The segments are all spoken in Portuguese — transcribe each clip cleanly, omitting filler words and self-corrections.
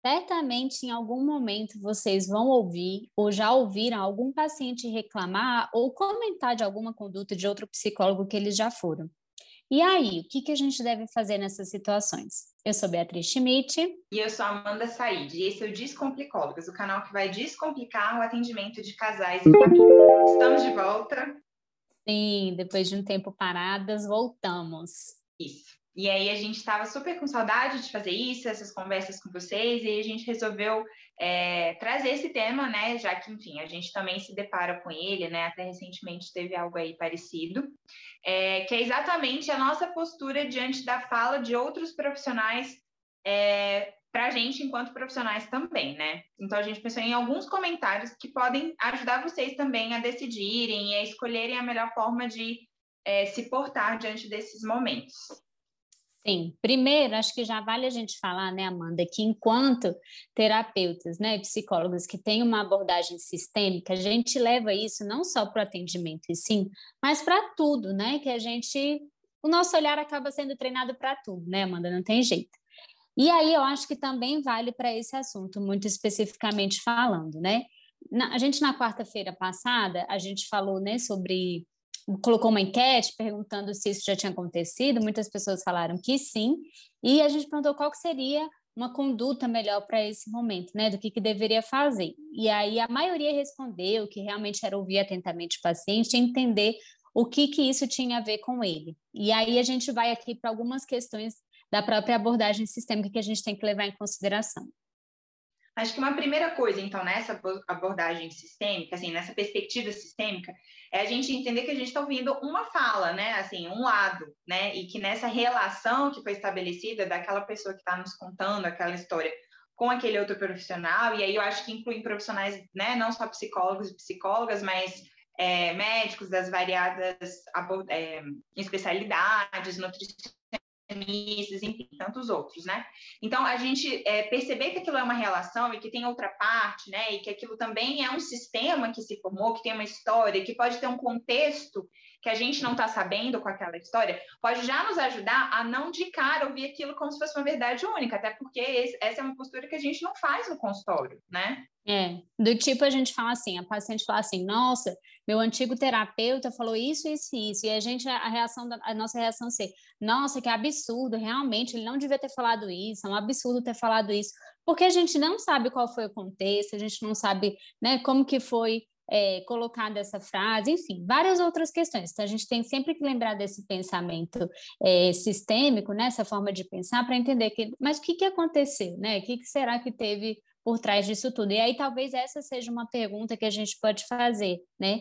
certamente em algum momento vocês vão ouvir ou já ouviram algum paciente reclamar ou comentar de alguma conduta de outro psicólogo que eles já foram. E aí, o que que a gente deve fazer nessas situações? Eu sou Beatriz Schmidt. E eu sou Amanda Said, e esse é o Descomplicólogas, o canal que vai descomplicar o atendimento de casais e família. Estamos de volta. Sim, depois de um tempo paradas, voltamos. Isso. E aí a gente estava super com saudade de fazer isso, essas conversas com vocês, e a gente resolveu trazer esse tema, né? Já que, enfim, a gente também se depara com ele, né? Até recentemente teve algo aí parecido, que é exatamente a nossa postura diante da fala de outros profissionais para a gente enquanto profissionais também, né? Então a gente pensou em alguns comentários que podem ajudar vocês também a decidirem e a escolherem a melhor forma de se portar diante desses momentos. Sim, primeiro, acho que já vale a gente falar, né, Amanda, que enquanto terapeutas, né, psicólogos que têm uma abordagem sistêmica, a gente leva isso não só para o atendimento, e sim, mas para tudo, né, o nosso olhar acaba sendo treinado para tudo, né, Amanda, não tem jeito. E aí eu acho que também vale para esse assunto, muito especificamente falando, né? A gente, na quarta-feira passada, a gente falou, né, colocou uma enquete perguntando se isso já tinha acontecido, muitas pessoas falaram que sim, e a gente perguntou qual que seria uma conduta melhor para esse momento, né, do que deveria fazer. E aí a maioria respondeu que realmente era ouvir atentamente o paciente e entender o que isso tinha a ver com ele. E aí a gente vai aqui para algumas questões da própria abordagem sistêmica que a gente tem que levar em consideração. Acho que uma primeira coisa, então, nessa abordagem sistêmica, assim, nessa perspectiva sistêmica, é a gente entender que a gente está ouvindo uma fala, né, assim, um lado, né, e que nessa relação que foi estabelecida daquela pessoa que está nos contando aquela história com aquele outro profissional, e aí eu acho que inclui profissionais, né, não só psicólogos e psicólogas, mas médicos das variadas especialidades, nutricionistas, enfim, tantos outros, né? Então, a gente perceber que aquilo é uma relação e que tem outra parte, né? E que aquilo também é um sistema que se formou, que tem uma história, que pode ter um contexto que a gente não está sabendo com aquela história, pode já nos ajudar a não de cara ouvir aquilo como se fosse uma verdade única, até porque essa é uma postura que a gente não faz no consultório, né? Do tipo a gente fala assim, a paciente fala assim, nossa, meu antigo terapeuta falou isso, isso e isso, e a nossa reação ser, nossa, que absurdo, realmente, ele não devia ter falado isso, é um absurdo ter falado isso, porque a gente não sabe qual foi o contexto, a gente não sabe, né, como que foi colocada essa frase, enfim, várias outras questões. Então, a gente tem sempre que lembrar desse pensamento sistêmico, né, essa forma de pensar, para entender mas o que aconteceu, né? O que será que teve por trás disso tudo? E aí talvez essa seja uma pergunta que a gente pode fazer, né?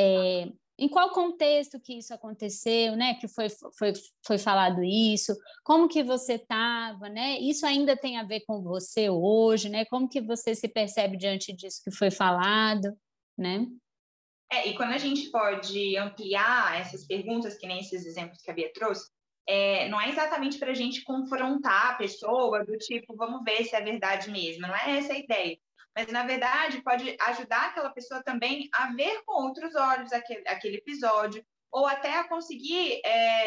Em qual contexto que isso aconteceu, né? Que foi falado isso? Como que você estava, né? Isso ainda tem a ver com você hoje, né? Como que você se percebe diante disso que foi falado, né? E quando a gente pode ampliar essas perguntas, que nem esses exemplos que a Bia trouxe, não é exatamente para a gente confrontar a pessoa do tipo, vamos ver se é verdade mesmo, não é essa a ideia. Mas, na verdade, pode ajudar aquela pessoa também a ver com outros olhos aquele episódio, ou até a conseguir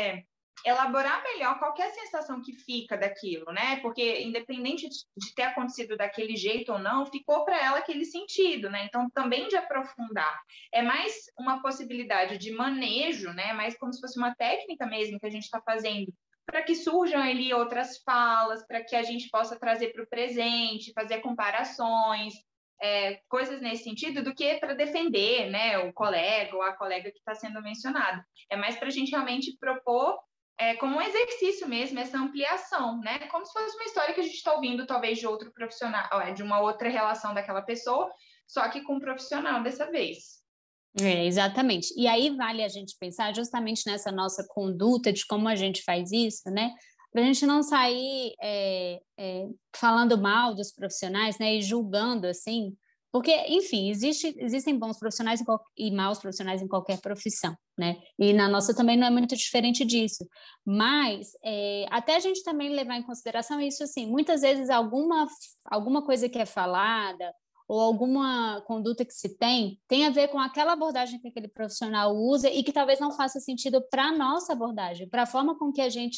elaborar melhor qual que é a sensação que fica daquilo, né? Porque, independente de ter acontecido daquele jeito ou não, ficou para ela aquele sentido, né? Então, também de aprofundar. É mais uma possibilidade de manejo, né? Mais como se fosse uma técnica mesmo que a gente está fazendo, para que surjam ali outras falas, para que a gente possa trazer para o presente, fazer comparações, coisas nesse sentido, do que para defender, né, o colega ou a colega que está sendo mencionado. É mais para a gente realmente propor como um exercício mesmo, essa ampliação, né? Como se fosse uma história que a gente está ouvindo, talvez, de outro profissional, de uma outra relação daquela pessoa, só que com um profissional dessa vez. Exatamente. E aí vale a gente pensar justamente nessa nossa conduta, de como a gente faz isso, né? Para a gente não sair falando mal dos profissionais, né? E julgando, assim, porque, enfim, existem bons profissionais e maus profissionais em qualquer profissão, né? E na nossa também não é muito diferente disso. Mas até a gente também levar em consideração isso, assim, muitas vezes alguma coisa que é falada ou alguma conduta que se tem a ver com aquela abordagem que aquele profissional usa e que talvez não faça sentido para a nossa abordagem, para a forma com que a gente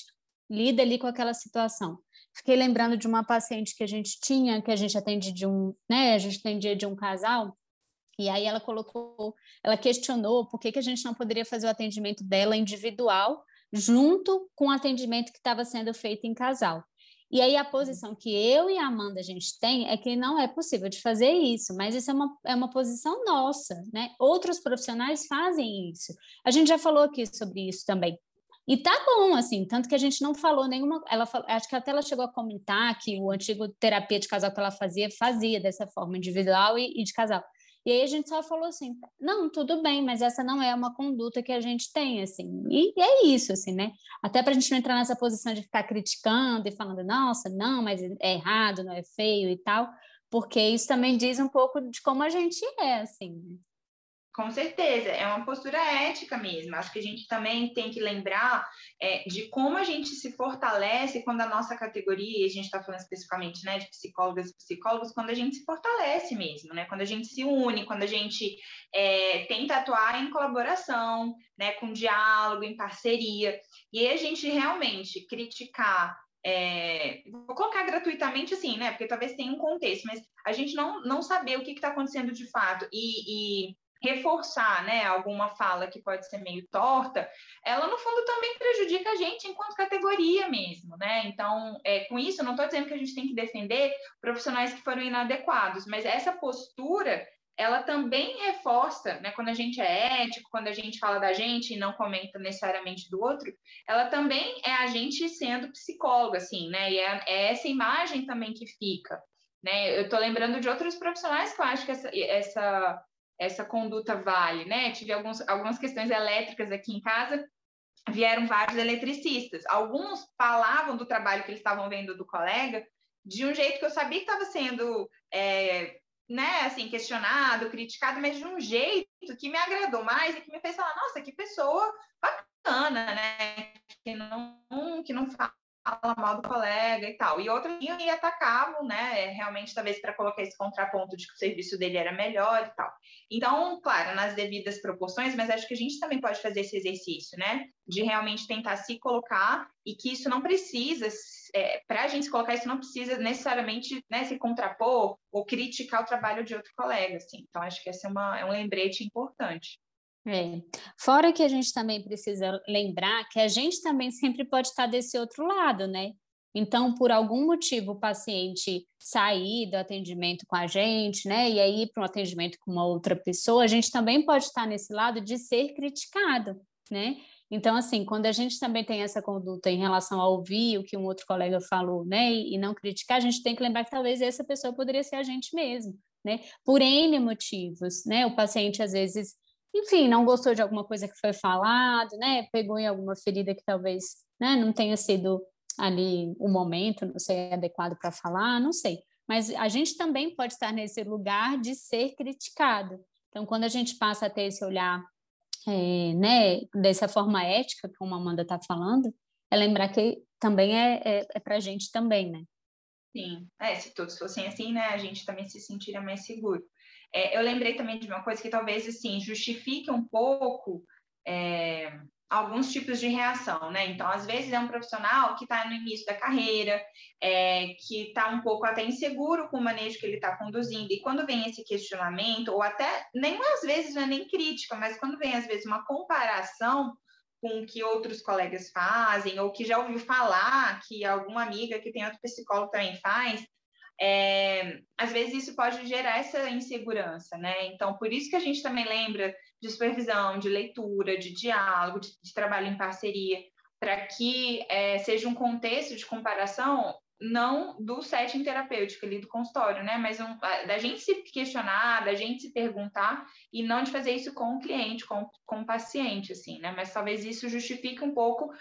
lida ali com aquela situação. Fiquei lembrando de uma paciente que a gente tinha, que a gente atende a gente atendia de um casal, e aí ela questionou por que a gente não poderia fazer o atendimento dela individual junto com o atendimento que estava sendo feito em casal. E aí a posição que eu e a Amanda a gente tem é que não é possível de fazer isso, mas isso é uma posição nossa, né? Outros profissionais fazem isso. A gente já falou aqui sobre isso também. E tá bom, assim, tanto que a gente não falou nenhuma. Acho que até ela chegou a comentar que o antigo terapia de casal que ela fazia dessa forma, individual e de casal. E aí a gente só falou assim, não, tudo bem, mas essa não é uma conduta que a gente tem, assim. E é isso, assim, né? Até para a gente não entrar nessa posição de ficar criticando e falando, nossa, não, mas é errado, não é feio e tal, porque isso também diz um pouco de como a gente é, assim. Com certeza, é uma postura ética mesmo. Acho que a gente também tem que lembrar de como a gente se fortalece quando a nossa categoria, e a gente está falando especificamente, né, de psicólogas e psicólogos, quando a gente se fortalece mesmo, né, quando a gente se une, quando a gente tenta atuar em colaboração, né, com diálogo, em parceria, e aí a gente realmente criticar. Vou colocar gratuitamente assim, né? Porque talvez tenha um contexto, mas a gente não saber o que está acontecendo de fato e reforçar, né, alguma fala que pode ser meio torta, ela no fundo também prejudica a gente enquanto categoria mesmo, né? Então, com isso, eu não estou dizendo que a gente tem que defender profissionais que foram inadequados, mas essa postura ela também reforça, né, quando a gente é ético, quando a gente fala da gente e não comenta necessariamente do outro, ela também é a gente sendo psicóloga, assim, né? E é essa imagem também que fica, né? Eu estou lembrando de outros profissionais que eu acho que essa conduta vale, né? Tive algumas questões elétricas aqui em casa, vieram vários eletricistas. Alguns falavam do trabalho que eles estavam vendo do colega de um jeito que eu sabia que estava sendo, né, assim, questionado, criticado, mas de um jeito que me agradou mais e que me fez falar, nossa, que pessoa bacana, né? Que não fala mal do colega e tal. E outros iam e atacavam, né? Realmente, talvez para colocar esse contraponto de que o serviço dele era melhor e tal. Então, claro, nas devidas proporções, mas acho que a gente também pode fazer esse exercício, né? De realmente tentar se colocar e que isso não precisa, para a gente se colocar, isso não precisa necessariamente, né, se contrapor ou criticar o trabalho de outro colega, assim. Então, acho que esse é um lembrete importante. Fora que a gente também precisa lembrar que a gente também sempre pode estar desse outro lado, né? Então, por algum motivo, o paciente sair do atendimento com a gente, né, e aí ir para um atendimento com uma outra pessoa, a gente também pode estar nesse lado de ser criticado, né? Então, assim, quando a gente também tem essa conduta em relação a ouvir o que um outro colega falou, né, e não criticar, a gente tem que lembrar que talvez essa pessoa poderia ser a gente mesmo, né? Por N motivos, né? O paciente, às vezes, enfim, não gostou de alguma coisa que foi falado, né? Pegou em alguma ferida que talvez, né, não tenha sido ali o momento, não sei, adequado para falar, não sei. Mas a gente também pode estar nesse lugar de ser criticado. Então, quando a gente passa a ter esse olhar, né, dessa forma ética, como a Amanda está falando, é lembrar que também é para a gente também, né? Sim, se todos fossem assim, né, a gente também se sentiria mais seguro. Eu lembrei também de uma coisa que talvez, assim, justifique um pouco alguns tipos de reação, né? Então, às vezes é um profissional que está no início da carreira, que está um pouco até inseguro com o manejo que ele está conduzindo, e quando vem esse questionamento, ou até, nem às vezes não é nem crítica, mas quando vem, às vezes, uma comparação com o que outros colegas fazem, ou que já ouviu falar que alguma amiga que tem outro psicólogo também faz, às vezes isso pode gerar essa insegurança, né? Então, por isso que a gente também lembra de supervisão, de leitura, de diálogo, de trabalho em parceria, para que seja um contexto de comparação não do setting terapêutico ali do consultório, né? Mas da gente se questionar, da gente se perguntar e não de fazer isso com o cliente, com o paciente, assim, né? Mas talvez isso justifique um pouco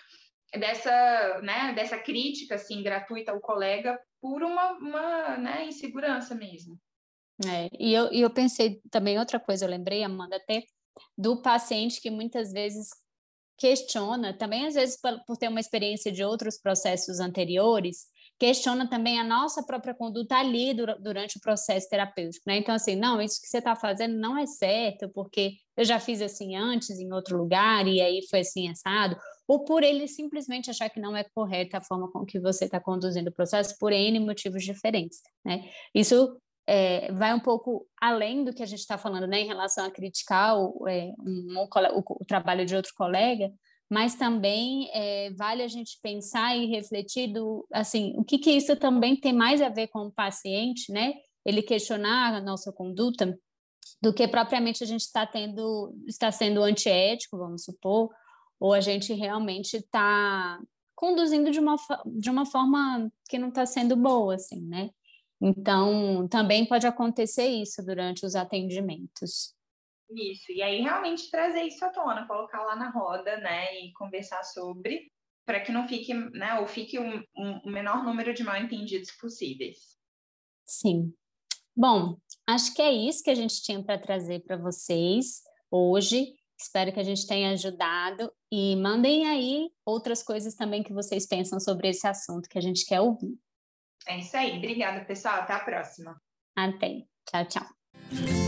dessa crítica, assim, gratuita ao colega por uma né, insegurança mesmo. E eu pensei também outra coisa, eu lembrei, Amanda, até do paciente que muitas vezes questiona, também às vezes por ter uma experiência de outros processos anteriores, questiona também a nossa própria conduta ali durante o processo terapêutico, né? Então, assim, não, isso que você está fazendo não é certo, porque eu já fiz assim antes, em outro lugar, e aí foi assim, assado. Ou por ele simplesmente achar que não é correta a forma com que você está conduzindo o processo, por N motivos diferentes, né? Isso vai um pouco além do que a gente está falando, né, em relação a criticar o trabalho de outro colega, mas também vale a gente pensar e refletir assim, o que isso também tem mais a ver com o paciente, né? Ele questionar a nossa conduta do que propriamente a gente está sendo antiético, vamos supor, ou a gente realmente está conduzindo de uma forma que não está sendo boa, assim, né? Então, também pode acontecer isso durante os atendimentos. Isso, e aí realmente trazer isso à tona, colocar lá na roda, né, e conversar sobre, para que não fique, né, ou fique o menor número de mal-entendidos possíveis. Sim. Bom, acho que é isso que a gente tinha para trazer para vocês hoje. Espero que a gente tenha ajudado e mandem aí outras coisas também que vocês pensam sobre esse assunto que a gente quer ouvir. É isso aí. Obrigada, pessoal. Até a próxima. Até. Tchau, tchau.